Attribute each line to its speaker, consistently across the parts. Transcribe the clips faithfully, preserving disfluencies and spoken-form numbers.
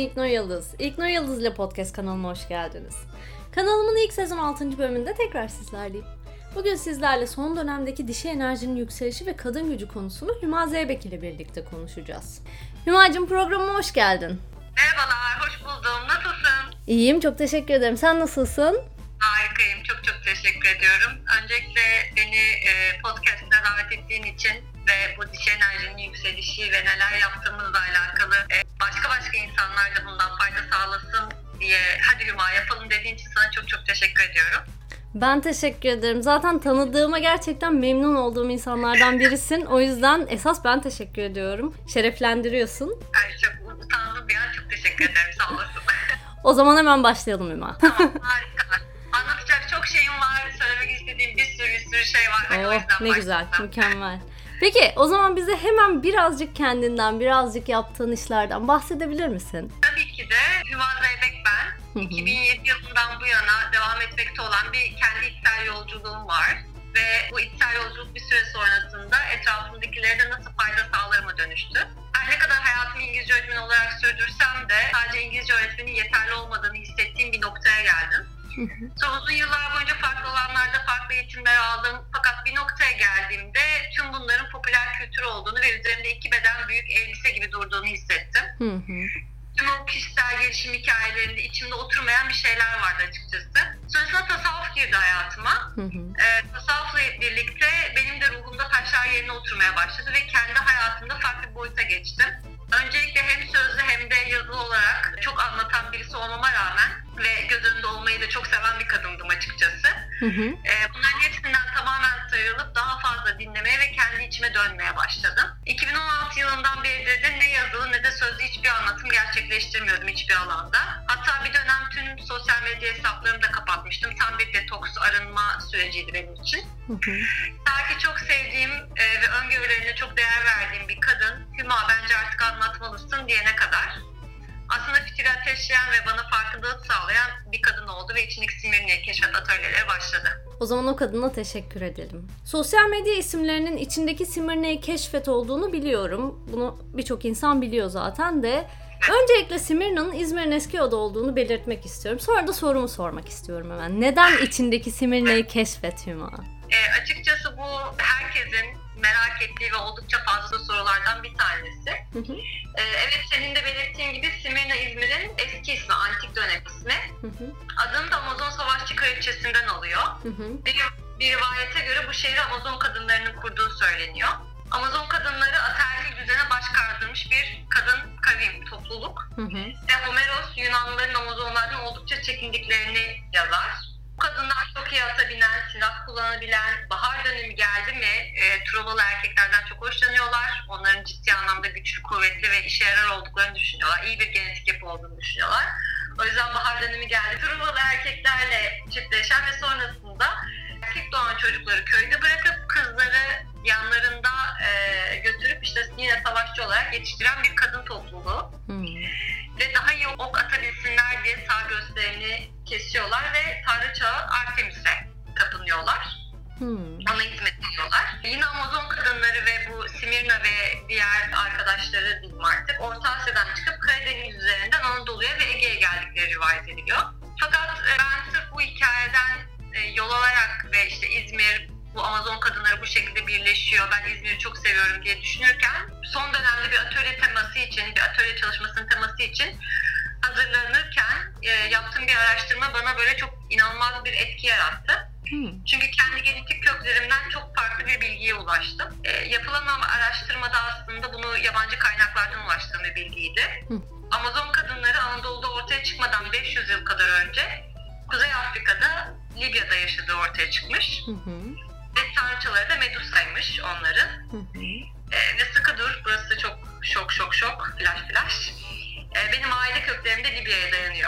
Speaker 1: İlknur Yıldız. İlknur Yıldız ile podcast kanalıma hoş geldiniz. Kanalımın ilk sezon altıncı bölümünde tekrar sizlerleyim. Bugün sizlerle son dönemdeki dişi enerjinin yükselişi ve kadın gücü konusunu Hüma Zeybek ile birlikte konuşacağız. Hümacığım, programıma hoş geldin.
Speaker 2: Merhabalar, hoş buldum. Nasılsın?
Speaker 1: İyiyim, çok teşekkür ederim. Sen nasılsın?
Speaker 2: Harikayım, çok çok teşekkür ediyorum. Öncelikle beni podcast'ine davet ettiğin için ve bu dişi enerjinin yükselişi ve neler yaptığımızla alakalı başka başka insanlar da bundan fayda sağlasın diye hadi Hüma yapalım dediğin için sana çok çok teşekkür ediyorum.
Speaker 1: Ben teşekkür ederim. Zaten tanıdığıma gerçekten memnun olduğum insanlardan birisin. O yüzden esas ben teşekkür ediyorum. Şereflendiriyorsun.
Speaker 2: Ay, çok utandım bir an. Çok teşekkür ederim. Sağ olasın.
Speaker 1: O zaman hemen başlayalım Hüma.
Speaker 2: Tamam, harika. Anlatacak çok şeyim var. Söylemek istediğim bir sürü bir sürü şey var. Hadi
Speaker 1: Oh,
Speaker 2: o yüzden
Speaker 1: ne güzel,
Speaker 2: başlayalım.
Speaker 1: mükemmel. Peki o zaman bize hemen birazcık kendinden, birazcık yaptığın işlerden bahsedebilir misin?
Speaker 2: Tabii ki de Hüma Zeybek ben. iki bin yedi yılından bu yana devam etmekte olan bir kendi içsel yolculuğum var. Ve bu içsel yolculuk bir süre sonrasında etrafımdakilere de nasıl fayda sağlarıma dönüştü. Her ne kadar hayatımı İngilizce öğretmeni olarak sürdürsem de sadece İngilizce öğretmenin yeterli olmadığını hissettiğim bir noktaya geldim. Sonra uzun yıllar boyunca farklı alanlarda farklı eğitimler aldım. Fakat bir noktaya geldiğimde tüm bunların popüler kültür olduğunu ve üzerinde iki beden büyük elbise gibi durduğunu hissettim.
Speaker 1: Hı hı.
Speaker 2: Tüm o kişisel gelişim hikayelerinde içimde oturmayan bir şeyler vardı açıkçası. Sonrasında tasavvuf girdi hayatıma.
Speaker 1: Hı hı.
Speaker 2: Ee, tasavvufla birlikte benim de ruhumda taşlar yerine oturmaya başladı ve kendi hayatımda farklı bir boyuta geçtim. Öncelikle hem sözlü hem de yazılı olarak çok anlatan birisi olmama rağmen ve göz önünde olmayı da çok seven bir kadındım açıkçası.
Speaker 1: Hı hı.
Speaker 2: Ee, bunların hepsinden tamamen sıyrılıp daha fazla dinlemeye ve kendi içime dönmeye başladım. iki bin on altı yılından beridir de ne yazılı ne de sözlü hiçbir anlatım gerçekleştirmiyordum hiçbir alanda. Hatta bir dönem tüm sosyal medya hesaplarımı da kapatmıştım. Tam bir detoks, arınma süreciydi benim için.
Speaker 1: Hı hı.
Speaker 2: Ta ki çok sevdiğim e, ve öngörülerine çok değer verdiğim bir kadın, Hüma bence artık anlatmalısın diyene kadar aslında fikir ateşleyen ve bana farkındalık sağlayan bir kadın oldu ve içindeki Simirni'ye keşfet atölyeleri başladı.
Speaker 1: O zaman o kadına teşekkür edelim. Sosyal medya isimlerinin içindeki Simirne'yi keşfet olduğunu biliyorum. Bunu birçok insan biliyor zaten de. Öncelikle Simirna'nın İzmir'in Eskiova'da olduğunu belirtmek istiyorum. Sonra da sorumu sormak istiyorum hemen. Neden içindeki Simirne'yi keşfet Hüma?
Speaker 2: E, açıkçası bu herkesin merak ettiği ve oldukça fazla sorulardan bir tanesi.
Speaker 1: Hı hı.
Speaker 2: E, evet, senin de belirttiğin gibi Simirna İzmir'in eski ismi, antik dönem ismi.
Speaker 1: Hı hı.
Speaker 2: Adını da Amazon Savaşçı Kraliçesi'nden alıyor.
Speaker 1: Hı hı.
Speaker 2: Bir, bir rivayete göre bu şehri Amazon kadınlarının kurduğu söyleniyor. Amazon kadınları ataerkil düzene baş kaldırmış bir kadın kavim, topluluk.
Speaker 1: Hı hı.
Speaker 2: Ve Homeros Yunanlıların Amazonlardan oldukça çekindiklerini yazar. Bu kadınlar çok iyi ata binen, silah kullanabilen, bahar dönemi geldi mi e, Trovalı erkeklerden çok hoşlanıyorlar. Onların ciddi anlamda güçlü, kuvvetli ve işe yarar olduklarını düşünüyorlar. İyi bir genetik yapı olduğunu düşünüyorlar. O yüzden bahar dönemi geldi. Trovalı erkeklerle çiftleşen ve sonrasında erkek doğan çocukları köyde bırakıp kızları yanlarında e, götürüp işte yine savaşçı olarak yetiştiren bir kadın topluluğu.
Speaker 1: Hmm.
Speaker 2: Ve daha iyi ok atabilsinler diye sağ göğüslerini kesiyorlar ve tanrıçağı Artemis'e tapınıyorlar.
Speaker 1: Hmm.
Speaker 2: Ona hizmet ediyorlar. Yine Amazon kadınları ve bu Simirna ve diğer arkadaşları diyeyim artık Orta Asya'dan çıkıp Karadeniz üzerinden Anadolu'ya ve Ege'ye geldikleri rivayet ediliyor. Fakat e, ben sırf bu hikayeden e, yol alarak ve işte İzmir, bu Amazon kadınları bu şekilde birleşiyor, ben İzmir'i çok seviyorum diye düşünürken son dönemde bir atölye teması için, bir atölye çalışmasının teması için hazırlanırken e, yaptığım bir araştırma bana böyle çok inanılmaz bir etki yarattı. Hmm. Çünkü kendi genetik köklerimden çok farklı bir bilgiye ulaştım. E, yapılan araştırmada aslında bunu yabancı kaynaklardan ulaştığım bir bilgiydi. Hmm. Amazon kadınları Anadolu'da ortaya çıkmadan beş yüz yıl kadar önce Kuzey Afrika'da, Libya'da yaşadığı ortaya çıkmış. Hı hı. Ve tanrıçaları da Medusa'ymış onların. Hı hı. Ee, ve sıkı dur, burası çok şok şok şok, flash flash. Ee, benim aile köklerim de Libya'ya dayanıyor.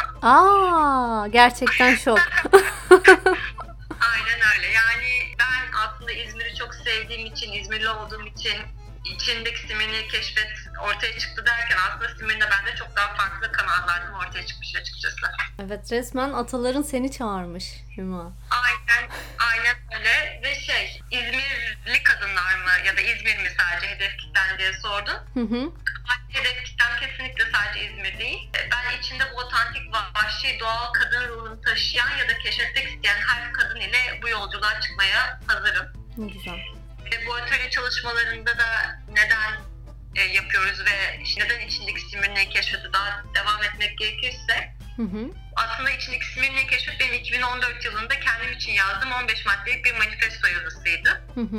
Speaker 1: Aa, gerçekten şok.
Speaker 2: Aynen öyle. Yani ben aslında İzmir'i çok sevdiğim için, İzmirli olduğum için içindeki Simirni'yi keşfet ortaya çıktı derken aslında Simirna bende çok daha farklı kanallardan ortaya çıkmış açıkçası.
Speaker 1: Evet, resmen ataların seni çağırmış Hüma.
Speaker 2: Aynen, aynen öyle ve şey, İzmirli kadınlar mı ya da İzmir mi sadece hedef kitlen diye sordun.
Speaker 1: Hı hı.
Speaker 2: Hedef kitlem kesinlikle sadece İzmir değil. Ben vahşi doğal kadın ruhunu taşıyan ya da keşfetmek isteyen her kadın ile bu yolculuğa çıkmaya hazırım.
Speaker 1: Ne güzel.
Speaker 2: Ve bu atölye çalışmalarında da neden e, yapıyoruz ve neden içindeki Simirna'yı keşfete daha devam etmek gerekirse,
Speaker 1: Hı hı.
Speaker 2: aslında içindeki Simirna'yı keşfet benim iki bin on dört yılında kendim için yazdığım on beş maddelik bir manifesto yazısıydı.
Speaker 1: Hı hı.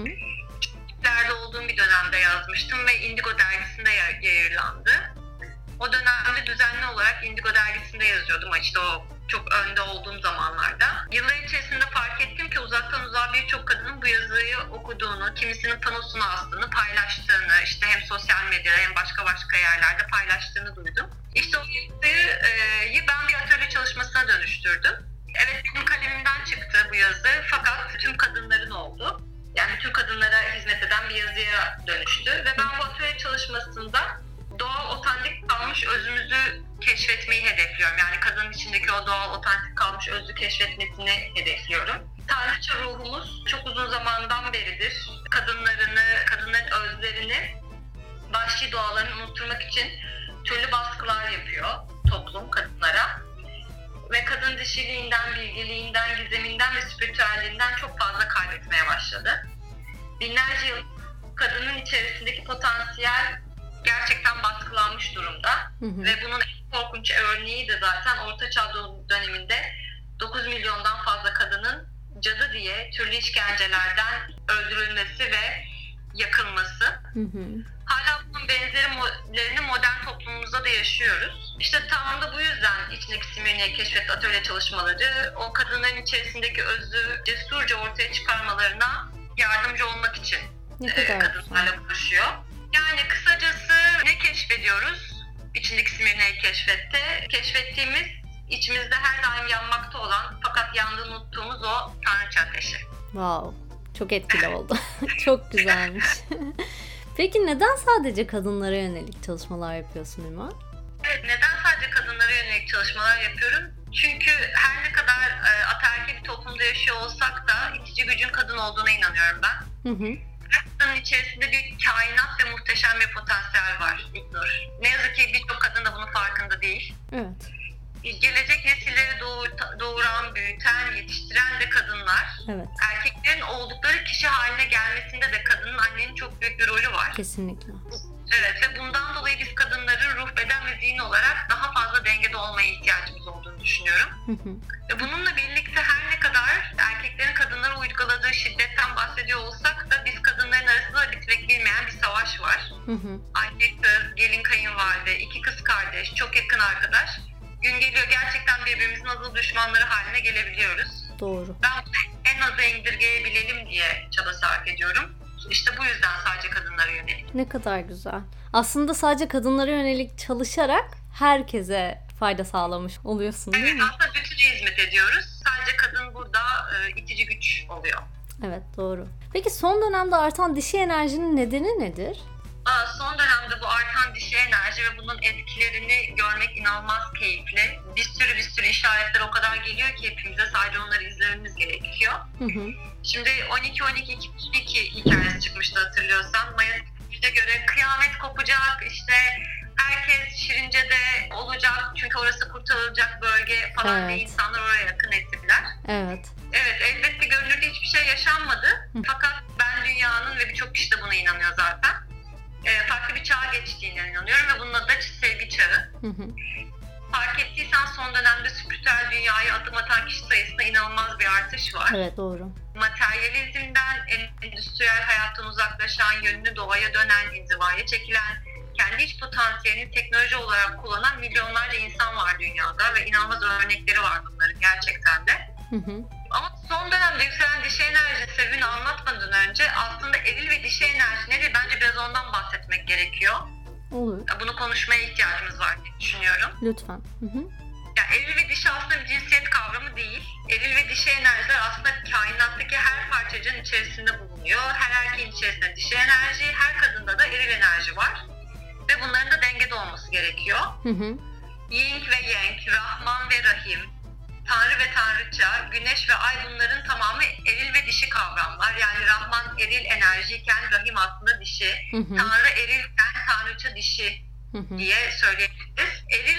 Speaker 2: Derdi olduğum bir dönemde yazmıştım ve Indigo dergisinde yayırlandı. O dönemde düzenli olarak Indigo dergisinde yazıyordum, işte o çok önde olduğum zamanlarda. Yıllar içerisinde fark ettim ki uzaktan uzağa birçok kadının bu yazıyı okuduğunu, kimisinin panosunu astığını, paylaştığını, işte hem sosyal medyada hem başka başka yerlerde paylaştığını duydum. İşte o yazıyı ben bir atölye çalışmasına dönüştürdüm. Evet, benim kalemimden çıktı bu yazı fakat tüm kadınların oldu. Yani tüm kadınlara hizmet eden bir yazıya dönüştü ve ben bu atölye çalışmasında doğal, otantik kalmış özümüzü keşfetmeyi hedefliyorum. Yani kadının içindeki o doğal, otantik kalmış özü keşfetmesini hedefliyorum. Tanrıça ruhumuz çok uzun zamandan beridir kadınlarını, kadınların özlerini, vahşi doğalarını unutturmak için türlü baskılar yapıyor toplum kadınlara. Ve kadın dişiliğinden, bilgiliğinden, gizeminden ve spiritüelliğinden çok fazla kaybetmeye başladı. Binlerce yıl kadının içerisindeki potansiyel gerçekten baskılanmış durumda. Hı hı. Ve bunun en korkunç örneği de zaten Orta Çağ döneminde dokuz milyondan fazla kadının cadı diye türlü işkencelerden öldürülmesi ve yakılması. Hı hı. Hala bunun benzerlerini modern toplumumuzda da yaşıyoruz. İşte tam da bu yüzden içindeki Simirna'yı keşfet atölye çalışmaları o kadınların içerisindeki özü cesurca ortaya çıkarmalarına yardımcı olmak için e, kadınlarla buluşuyor. Yani kısacası ne keşfediyoruz içindeki Simirna'yı keşfette? Keşfettiğimiz, içimizde her daim yanmakta olan fakat yandığını unuttuğumuz o tanrıça ateşi.
Speaker 1: Wow, çok etkili oldu. Çok güzelmiş. Peki neden sadece kadınlara yönelik çalışmalar yapıyorsun Ümran?
Speaker 2: Evet, neden sadece kadınlara yönelik çalışmalar yapıyorum? Çünkü her ne kadar e, ataerkil bir toplumda yaşıyor olsak da itici gücün kadın olduğuna inanıyorum ben. Hı hı. Kadının içerisinde bir kainat ve muhteşem bir potansiyel var İlknur. Ne yazık ki birçok kadın da bunun farkında değil.
Speaker 1: Evet.
Speaker 2: Gelecek nesilleri doğur, doğuran, büyüten, yetiştiren de kadınlar.
Speaker 1: Evet.
Speaker 2: Erkeklerin oldukları kişi haline gelmesinde de kadının, annenin çok büyük bir rolü var.
Speaker 1: Kesinlikle.
Speaker 2: Evet ve bundan dolayı biz kadınların ruh, beden ve zihin olarak daha fazla dengede olmaya ihtiyacımız olduğunu düşünüyorum. Hı hı. Ve bununla birlikte her ne kadar erkeklerin kadınlara uyguladığı şiddetten bahsediyor olsak da biz kadınların arasında bitmek bilmeyen bir savaş var. Hı hı. Anne kız, gelin kayınvalide, iki kız kardeş, çok yakın arkadaş. Gün geliyor gerçekten birbirimizin azılı düşmanları haline gelebiliyoruz.
Speaker 1: Doğru.
Speaker 2: Ben bunu en aza indirgeyebilelim diye çaba sarf ediyorum. İşte bu yüzden sadece kadınlara yönelik.
Speaker 1: Ne kadar güzel. Aslında sadece kadınlara yönelik çalışarak herkese fayda sağlamış oluyorsun değil
Speaker 2: evet,
Speaker 1: mi?
Speaker 2: Evet, aslında bütüne hizmet ediyoruz. Sadece kadın burada e, itici güç oluyor.
Speaker 1: Evet, doğru. Peki son dönemde artan dişi enerjinin nedeni nedir?
Speaker 2: Aa, son dönemde bu artan dişi enerji ve bunun etkilerini görmek inanılmaz keyifli. Bir sürü bir sürü işaretler o kadar geliyor ki hepimize, sadece onları izlememiz gerekiyor. Hı hı. Şimdi on iki on iki iki bin iki hikayesi çıkmıştı hatırlıyorsan. Maya'ya göre kıyamet kopacak, işte herkes Şirince'de olacak çünkü orası kurtarılacak bölge falan evet. diye insanlar oraya yakın ettiler.
Speaker 1: Evet.
Speaker 2: Evet, elbette görünürde hiçbir şey yaşanmadı. Hı. Fakat ben dünyanın ve birçok kişi de buna inanıyor zaten. E, farklı bir çağa geçtiğine inanıyorum ve bunun adı da çiselgi çağı. Hı hı. Fark ettiysen son dönemde spiritüel dünyaya adım atan kişi sayısında inanılmaz bir artış var.
Speaker 1: Evet, doğru.
Speaker 2: Materyalizmden, endüstriyel hayattan uzaklaşan, yönünü doğaya dönen, inzivaya çekilen, kendi iç potansiyelini teknoloji olarak kullanan milyonlarca insan var dünyada ve inanılmaz örnekleri var bunların gerçekten de. Hı hı. Ama son dönemde yükselen dişi enerji sebebini anlatmadan önce aslında eril ve dişi enerji nedir? Bence biraz ondan bahsetmek gerekiyor.
Speaker 1: Olur.
Speaker 2: Bunu konuşmaya ihtiyacımız var diye düşünüyorum.
Speaker 1: Lütfen. Hı hı.
Speaker 2: Ya eril ve dişi aslında bir cinsiyet kavramı değil. Eril ve dişi enerjiler aslında kainattaki her parçacığın içerisinde bulunuyor. Her erkeğin içerisinde dişi enerji, her kadında da eril enerji var. Ve bunların da dengede olması gerekiyor. Hı hı. Yin ve Yang, Rahman ve Rahim, Tanrı ve Tanrıça, Güneş ve Ay, bunların tamamı eril ve dişi kavramlar. Yani Rahman eril enerjiyken Rahim aslında dişi. Hı hı. Tanrı erilken Tanrıça dişi hı hı. diye söyleyebiliriz. Eril enerji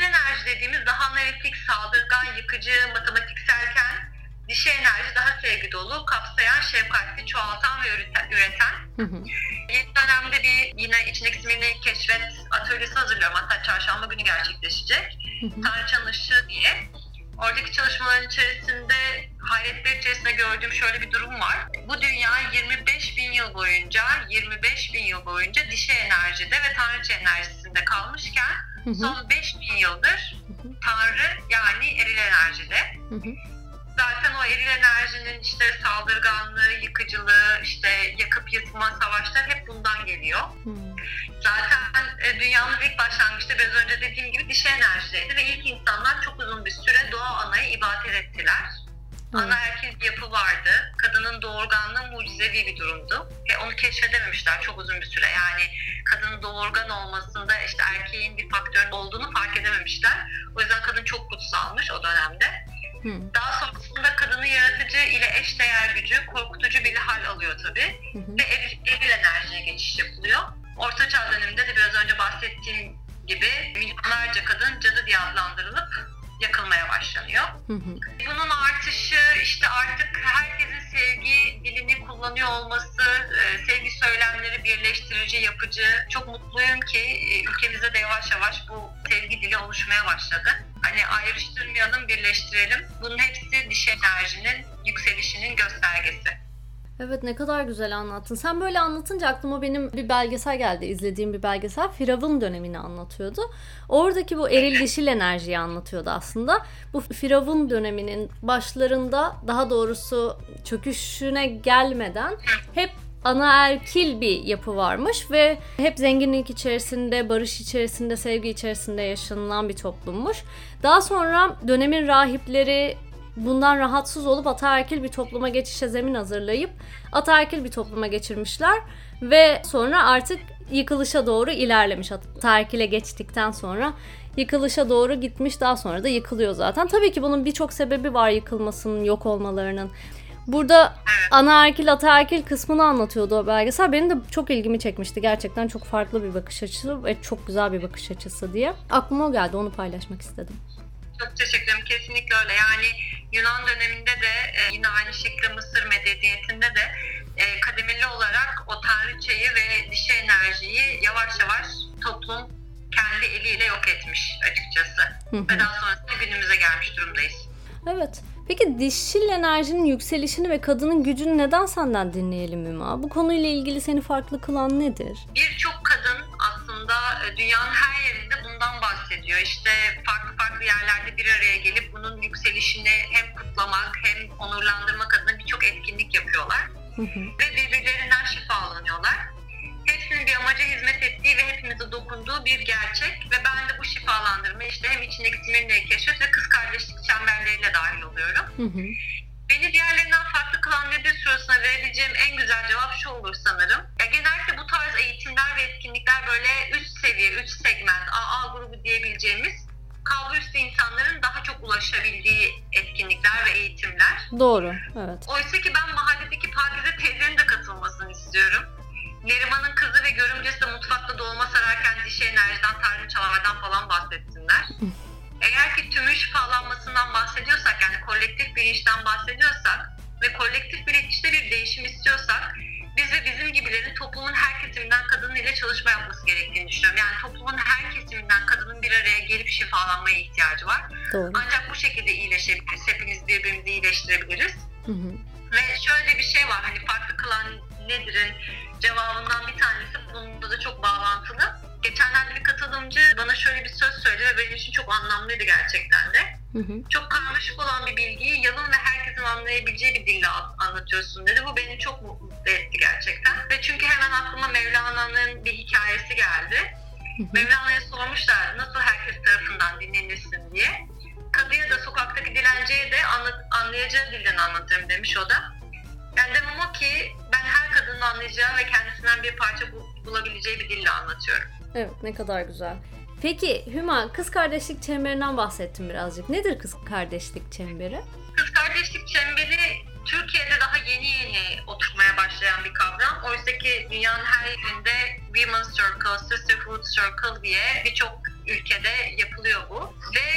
Speaker 2: dediğimiz daha analitik, saldırgan, yıkıcı, matematikselken dişi enerji daha sevgi dolu, kapsayan, şefkatli, çoğaltan ve üreten. Hı hı. Yeni dönemde bir yine içindeki Simirna'yı keşfet atölyesi hazırlıyorum. Hatta çarşamba günü gerçekleşecek. Tanrıçanın ışığı diye. Oradaki çalışmaların içerisinde hayretler içerisinde gördüğüm şöyle bir durum var. Bu dünya yirmi beş bin yıl boyunca, yirmi beş bin yıl boyunca dişi enerjide ve tanrıça enerjisinde kalmışken hı hı. son beş bin yıldır hı hı. Tanrı yani eril enerjide. Hı hı. Zaten o eril enerjinin işte saldırganlığı, yıkıcılığı, işte yakıp yıkma savaşlar hep bundan geliyor. Hmm. Zaten e, dünyanın ilk başlangıçta biraz önce dediğim gibi dişi enerjideydi ve ilk insanlar çok uzun bir süre doğa anaya ibadet ettiler. Hmm. Ana erkil bir yapı vardı. Kadının doğurganlığı mucizevi bir durumdu. Ve onu keşfedememişler çok uzun bir süre. Yani kadının doğurgan olmasında işte erkeğin bir faktörün olduğunu fark edememişler. O yüzden kadın çok kutsalmış o dönemde. Hmm. Daha sonrasında kadını yaratıcı ile eşdeğer gücü, korkutucu bir hal alıyor tabii. Hı hı. Ve eril, eril enerjiye geçiş yapılıyor. Orta Çağ döneminde de biraz önce bahsettiğim gibi milyonlarca kadın cadı diye adlandırılıp yakılmaya başlanıyor. Hı hı. Bunun artışı işte artık herkesin sevgi dilini kullanıyor olması, sevgi söylemleri birleştirici, yapıcı. Çok mutluyum ki ülkemizde de yavaş yavaş bu sevgi dili oluşmaya başladı. Hani ayrıştırmayalım, birleştirelim. Bunun hepsi dişi enerjinin yükselişinin göstergesi.
Speaker 1: Evet, ne kadar güzel anlattın. Sen böyle anlatınca aklıma benim bir belgesel geldi. İzlediğim bir belgesel. Firavun dönemini anlatıyordu. Oradaki bu eril dişil enerjiyi anlatıyordu aslında. Bu Firavun döneminin başlarında, daha doğrusu çöküşüne gelmeden hep anaerkil bir yapı varmış ve hep zenginlik içerisinde, barış içerisinde, sevgi içerisinde yaşanılan bir toplummuş. Daha sonra dönemin rahipleri bundan rahatsız olup ataerkil bir topluma geçişe zemin hazırlayıp ataerkil bir topluma geçirmişler ve sonra artık yıkılışa doğru ilerlemiş. Ataerkile geçtikten sonra yıkılışa doğru gitmiş, daha sonra da yıkılıyor zaten. Tabii ki bunun birçok sebebi var yıkılmasının, yok olmalarının. Burada anaerkil, ataerkil kısmını anlatıyordu o belgesel. Benim de çok ilgimi çekmişti. Gerçekten çok farklı bir bakış açısı ve çok güzel bir bakış açısı diye. Aklıma o geldi, onu paylaşmak istedim.
Speaker 2: Çok teşekkür ederim. Kesinlikle öyle. Yani Yunan döneminde de yine aynı şekilde Mısır medeniyetinde de kademeli olarak o tanrıçayı ve dişi enerjiyi yavaş yavaş toplum kendi eliyle yok etmiş açıkçası. Hı hı. Ve daha sonrasında günümüze gelmiş durumdayız.
Speaker 1: Evet. Peki dişil enerjinin yükselişini ve kadının gücünü neden senden dinleyelim Hüma? Bu konuyla ilgili seni farklı kılan nedir?
Speaker 2: Birçok kadın aslında dünyanın her yerinde bundan bahsediyor. İşte farklı farklı yerlerde bir araya gelip bunun yükselişini hem kutlamak hem onurlandırmak adına birçok etkinlik yapıyorlar. Hı hı. Ve birbirlerinden şifalanıyorlar. Hepsinin bir amaca hizmet ettiği ve hepimize dokunduğu bir gerçek ve ben de bu şifalandırma işte hem içindeki Simirna'yı keşfet ve kız kardeşlik çemberleriyle dahil oluyorum. Hı hı. Beni diğerlerinden farklı kılan nedir sorusuna verebileceğim en güzel cevap şu olur sanırım. Ya genellikle bu tarz eğitimler ve etkinlikler böyle üst seviye, üst segment, A A grubu diyebileceğimiz kalbur üstü insanların daha çok ulaşabildiği etkinlikler ve eğitimler.
Speaker 1: Doğru, evet.
Speaker 2: Oysa ki ben mahalledeki Pakize teyzenin de katılmasını istiyorum. Neriman'ın kızı ve görümcesi de mutfakta dolma sararken dişi enerjiden, tanrıçalardan falan bahsetsinler. Eğer ki tümün şifalanmasından bahsediyorsak, yani kolektif bilinçten bahsediyorsak ve kolektif bilinçte bir değişim istiyorsak, biz ve bizim gibilerin toplumun her kesiminden kadının ile çalışma yapması gerektiğini düşünüyorum. Yani toplumun her kesiminden kadının bir araya gelip şifalanmaya ihtiyacı var. Doğru. Ancak bu şekilde iyileşebiliriz. Hepimiz birbirimizi iyileştirebiliriz. Hı hı. Ve şöyle bir şey var, hani farklı kılan nedir'in cevabından bir tanesi bununla da çok bağlantılı. Geçenlerde bir katılımcı bana şöyle bir söz söyledi ve benim için çok anlamlıydı gerçekten de. Hı hı. Çok karmaşık olan bir bilgiyi yalın ve herkesin anlayabileceği bir dille anlatıyorsun dedi. Bu beni çok mutlu etti gerçekten. Ve çünkü hemen aklıma Mevlana'nın bir hikayesi geldi. Hı hı. Mevlana'ya sormuşlar nasıl herkes tarafından dinlenirsin diye. Kadıya da sokaktaki dilenciye de anlat, anlayacağı dilden anlatırım demiş o da. Yani demem o ki ben her kadının anlayacağı ve kendisinden bir parça bulabileceği bir dille anlatıyorum.
Speaker 1: Evet, ne kadar güzel. Peki Hüma, kız kardeşlik çemberinden bahsettim birazcık. Nedir kız kardeşlik çemberi?
Speaker 2: Kız kardeşlik çemberi Türkiye'de daha yeni yeni oturmaya başlayan bir kavram. Oysa ki dünyanın her yerinde Women's Circle, Sisterhood Circle diye birçok ülkede yapılıyor bu. Ve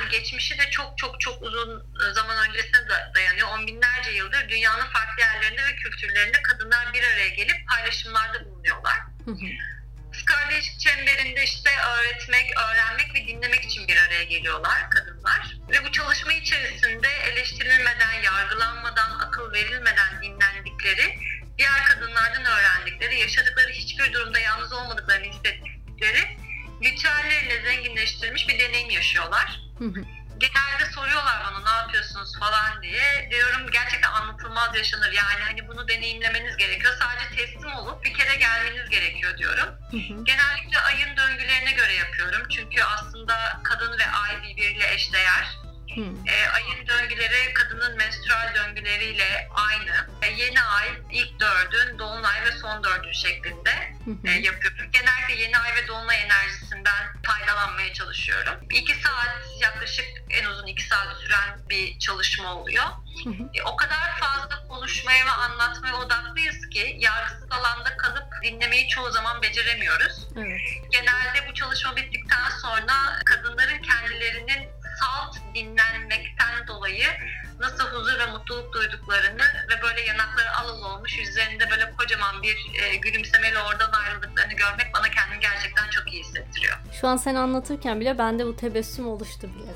Speaker 2: yani geçmişi de çok çok çok uzun zaman öncesine dayanıyor. On binlerce yıldır dünyanın farklı yerlerinde ve kültürlerinde kadınlar bir araya gelip paylaşımlarda bulunuyorlar. Hı hı. Kız kardeşlik çemberinde işte öğretmek, öğrenmek ve dinlemek için bir araya geliyorlar kadınlar. Ve bu çalışma içerisinde eleştirilmeden, yargılanmadan, akıl verilmeden dinlendikleri, diğer kadınlardan öğrendikleri, yaşadıkları hiçbir durumda yalnız olmadıklarını hissettikleri, ritüelleriyle zenginleştirilmiş bir deneyim yaşıyorlar. Hı hı. Genelde soruyorlar bana ne yapıyorsunuz falan diye. Diyorum gerçekten anlatılmaz yaşanır. Yani hani bunu deneyimlemeniz gerekiyor. Sadece teslim olup bir kere gelmeniz gerekiyor diyorum. Hı hı. Genellikle ayın döngülerine göre yapıyorum. Çünkü aslında kadın ve ay birbiriyle eşdeğer. Hmm. E, ayın döngüleri kadının menstrual döngüleriyle aynı. E, yeni ay ilk dördün, dolunay ve son dördün şeklinde e, yapıyorum. Genellikle yeni ay ve dolunay enerjisinden faydalanmaya çalışıyorum. İki saat, yaklaşık en uzun iki saat süren bir çalışma oluyor. E, o kadar fazla konuşmaya ve anlatmaya odaklıyız ki yargısız alanda kalıp dinlemeyi çoğu zaman beceremiyoruz. Evet. Genelde bu çalışma bittikten sonra kadınların kendilerinin salt dinlenmekten dolayı nasıl huzur ve mutluluk duyduklarını ve böyle yanakları al al olmuş, yüzlerinde böyle kocaman bir e, gülümsemeyle oradan ayrıldıklarını görmek bana kendimi gerçekten çok iyi hissettiriyor.
Speaker 1: Şu an sen anlatırken bile bende bu tebessüm oluştu bile.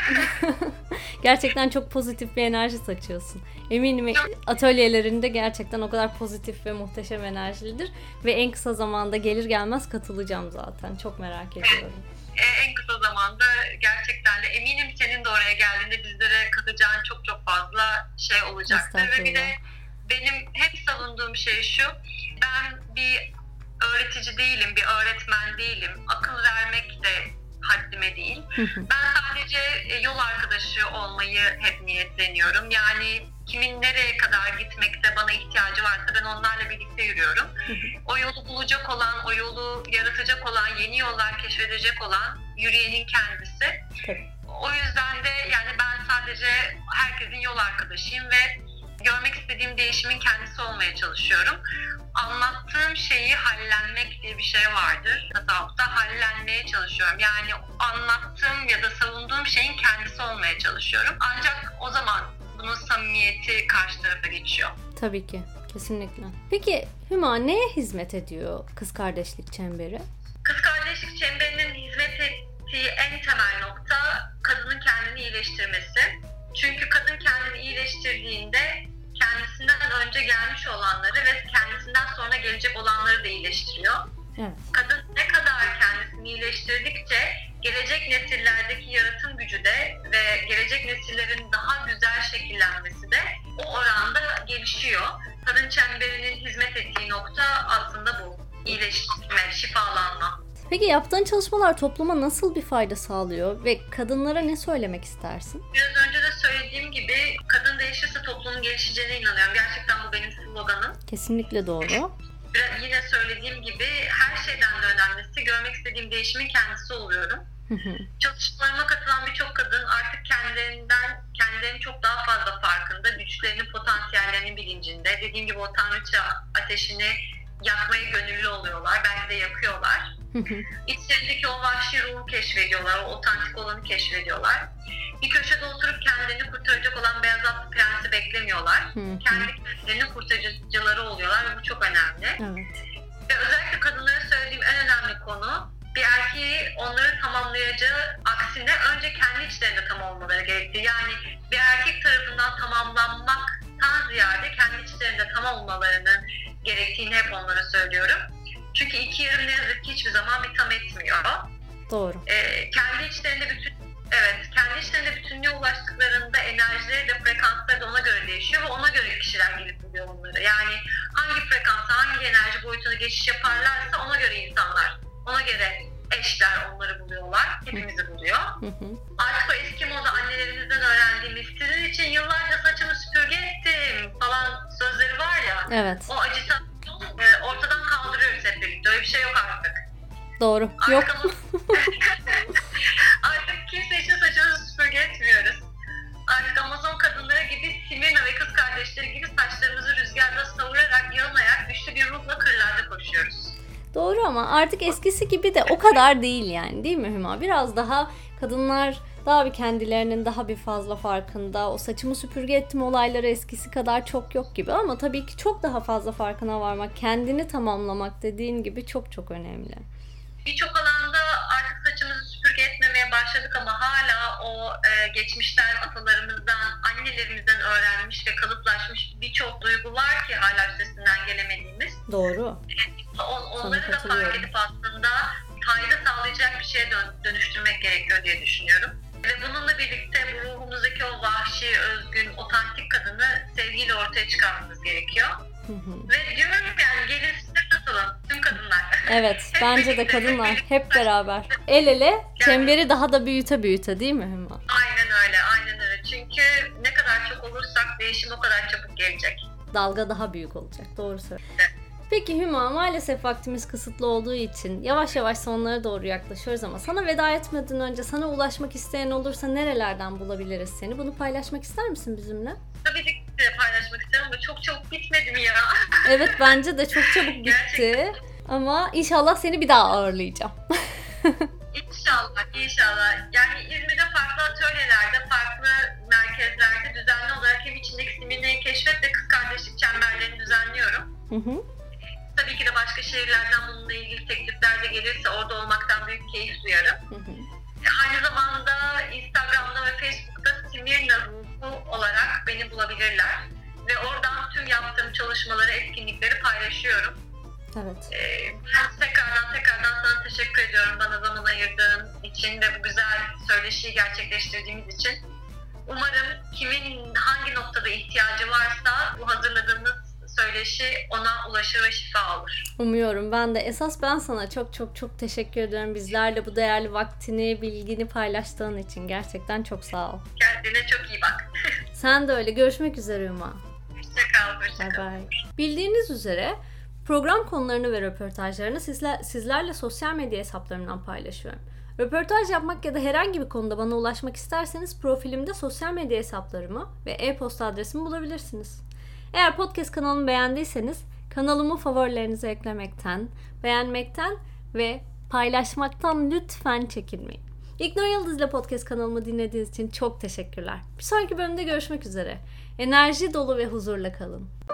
Speaker 1: Gerçekten çok pozitif bir enerji saçıyorsun. Eminim atölyelerinde gerçekten o kadar pozitif ve muhteşem enerjilidir ve en kısa zamanda gelir gelmez katılacağım zaten. Çok merak ediyorum.
Speaker 2: En kısa zamanda gerçekten de eminim senin de oraya geldiğinde bizlere katacağın çok çok fazla şey olacaktır. Ve bir de benim hep savunduğum şey şu, ben bir öğretici değilim, bir öğretmen değilim. Akıl vermek de haddime değil. Ben sadece yol arkadaşı olmayı hep niyetleniyorum. Yani kimin nereye kadar gitmekte bana ihtiyacı varsa ben onlarla birlikte yürüyorum. O yolu bulacak olan, o yolu yaratacak olan, yeni yollar keşfedecek olan yürüyenin kendisi. Tabii. O yüzden de yani ben sadece herkesin yol arkadaşıyım ve görmek istediğim değişimin kendisi olmaya çalışıyorum. Anlattığım şeyi hallenmek diye bir şey vardır. Tasavvufta hallenmeye çalışıyorum. Yani anlattığım ya da savunduğum şeyin kendisi olmaya çalışıyorum. Ancak o zaman bunun samimiyeti karşı tarafa geçiyor.
Speaker 1: Tabii ki, kesinlikle. Peki Hüma, neye hizmet ediyor Kız Kardeşlik Çemberi?
Speaker 2: Kız Kardeşlik Çemberi'nin hizmet ettiği en temel nokta kadının kendini iyileştirmesi. Çünkü kadın kendini iyileştirdiğinde kendisinden önce gelmiş olanları ve kendisinden sonra gelecek olanları da iyileştiriyor. Evet. Kadın ne kadar kendisini iyileştirdikçe gelecek nesillerdeki yaratım gücü de ve gelecek nesillerin daha güzel şekillenmesi de o oranda gelişiyor. Kadın çemberinin hizmet ettiği nokta aslında bu. İyileştirme, şifalanma.
Speaker 1: Peki yaptığın çalışmalar topluma nasıl bir fayda sağlıyor ve kadınlara ne söylemek istersin?
Speaker 2: Biraz önce de söylediğim gibi kadın değişirse toplumun gelişeceğine inanıyorum. Gerçekten bu benim sloganım.
Speaker 1: Kesinlikle doğru.
Speaker 2: Biraz yine söylediğim gibi her şeyden de önemlisi görmek istediğim değişimin kendisi oluyorum. Çalışmalarıma katılan birçok kadın artık kendilerinden, kendilerinin çok daha fazla farkında, güçlerinin, potansiyellerinin bilincinde. Dediğim gibi o tanrıça ateşini yakmaya gönüllü oluyorlar, belki de yakıyorlar. İçlerindeki o vahşi ruhu keşfediyorlar, o otantik olanı keşfediyorlar. Bir köşede oturup kendilerini kurtaracak olan beyaz atlı prensi beklemiyorlar. Kendi kendilerinin kurtarıcıları oluyorlar ve bu çok önemli. Evet. Ve özellikle kadınlara söylediğim en önemli konu, bir erkeği onları tamamlayacağı aksine önce kendi içlerinde tam olmaları gerektiği. Yani bir erkek tarafından tamamlanmaktan ziyade kendi içlerinde tam olmalarının gerektiğini hep onlara söylüyorum. Çünkü iki yarım ne yazık ki hiçbir zaman bir tam etmiyor.
Speaker 1: Doğru.
Speaker 2: Ee, kendi içlerinde bütün evet, kendi içlerinde bütünlüğe ulaştıklarında enerjileri de frekansları da ona göre değişiyor ve ona göre kişiler gelip buluyor onları. Yani hangi frekansa, hangi enerji boyutuna geçiş yaparlarsa ona göre insanlar, ona göre eşler onları buluyorlar, hepimizi buluyor. Hı hı. Artık o eski moda annelerimizden öğrendiğimiz, sizin için yıllarca saçımı süpürge ettim falan sözleri var ya,
Speaker 1: evet.
Speaker 2: O acitasyon e, ortadan kaldırıyoruz hep birlikte, öyle bir şey yok artık.
Speaker 1: Doğru,
Speaker 2: artık
Speaker 1: yok.
Speaker 2: Ama, artık kimse için saçımızı süpürge etmiyoruz. Artık Amazon kadınları gibi, Simirna ve kız kardeşleri gibi saçlarımızı rüzgarda savurarak, yalanarak güçlü bir ruhla kırlarda koşuyoruz.
Speaker 1: Doğru ama artık eskisi gibi de o kadar değil yani, değil mi Hüma? Biraz daha kadınlar Daha bir kendilerinin daha bir fazla farkında. O saçımı süpürge ettim olayları eskisi kadar çok yok gibi ama tabii ki çok daha fazla farkına varmak, kendini tamamlamak dediğin gibi çok çok önemli.
Speaker 2: Birçok alanda artık saçımızı süpürge etmemeye başladık ama hala o e, geçmişten, atalarımızdan, annelerimizden öğrenmiş ve kalıplaşmış birçok duygu var ki hala üstesinden gelemediğimiz.
Speaker 1: Doğru.
Speaker 2: On, onları da fark edip aslında fayda sağlayacak bir şeye dön, dönüştürmek gerekiyor diye düşünüyorum. Ve bununla birlikte bu ruhumuzdaki o vahşi, özgün, otantik kadını sevgiyle ortaya çıkarmamız gerekiyor. Hı hı. Ve diyorum yani gelin size katalım tüm kadınlar.
Speaker 1: Evet bence de kadınlar hep beraber. El ele yani, çemberi daha da büyüte büyüte değil mi Hüma?
Speaker 2: Aynen öyle, aynen öyle. Çünkü ne kadar çok olursak değişim o kadar çabuk gelecek.
Speaker 1: Dalga daha büyük olacak. Doğru söylüyorsun. Evet. Peki Hüma, maalesef vaktimiz kısıtlı olduğu için yavaş yavaş sonlara doğru yaklaşıyoruz ama sana veda etmeden önce sana ulaşmak isteyen olursa nerelerden bulabiliriz seni? Bunu paylaşmak ister misin bizimle?
Speaker 2: Tabii ki de paylaşmak isterim ama çok çabuk bitmedi mi ya?
Speaker 1: Evet bence de çok çabuk bitti. Gerçekten. Ama inşallah seni bir daha ağırlayacağım.
Speaker 2: İnşallah, inşallah. Yani İzmir'de farklı atölyelerde, farklı merkezlerde düzenli olarak hem içindeki Simirna'yı keşfet ve kız kardeşlik çemberlerini düzenliyorum. Hı hı. Tabii ki de başka şehirlerden bununla ilgili teklifler de gelirse orada olmaktan büyük keyif duyarım. Hı hı. Aynı zamanda Instagram'da ve Facebook'ta Simirna Ruhu olarak beni bulabilirler. Ve oradan tüm yaptığım çalışmaları, etkinlikleri paylaşıyorum.
Speaker 1: Evet.
Speaker 2: Ee, ben tekrardan tekrardan sana teşekkür ediyorum bana zaman ayırdığın için ve bu güzel söyleşiyi gerçekleştirdiğimiz için. Umarım kimin hangi noktada ihtiyacı varsa bu hazırladığımız söyleşi ona ulaşır ve şifa olur.
Speaker 1: Umuyorum. Ben de esas ben sana çok çok çok teşekkür ediyorum. Bizlerle bu değerli vaktini, bilgini paylaştığın için. Gerçekten çok sağ ol.
Speaker 2: Kendine çok iyi bak.
Speaker 1: Sen de öyle. Görüşmek üzere Hüma.
Speaker 2: Hoşça kal. Hoşça kal.
Speaker 1: Bye bye. Bildiğiniz üzere program konularını ve röportajlarını sizler, sizlerle sosyal medya hesaplarımdan paylaşıyorum. Röportaj yapmak ya da herhangi bir konuda bana ulaşmak isterseniz profilimde sosyal medya hesaplarımı ve e-posta adresimi bulabilirsiniz. Eğer podcast kanalımı beğendiyseniz kanalımı favorilerinize eklemekten, beğenmekten ve paylaşmaktan lütfen çekinmeyin. İgnor Yıldız ile podcast kanalımı dinlediğiniz için çok teşekkürler. Bir sonraki bölümde görüşmek üzere. Enerji dolu ve huzurla kalın.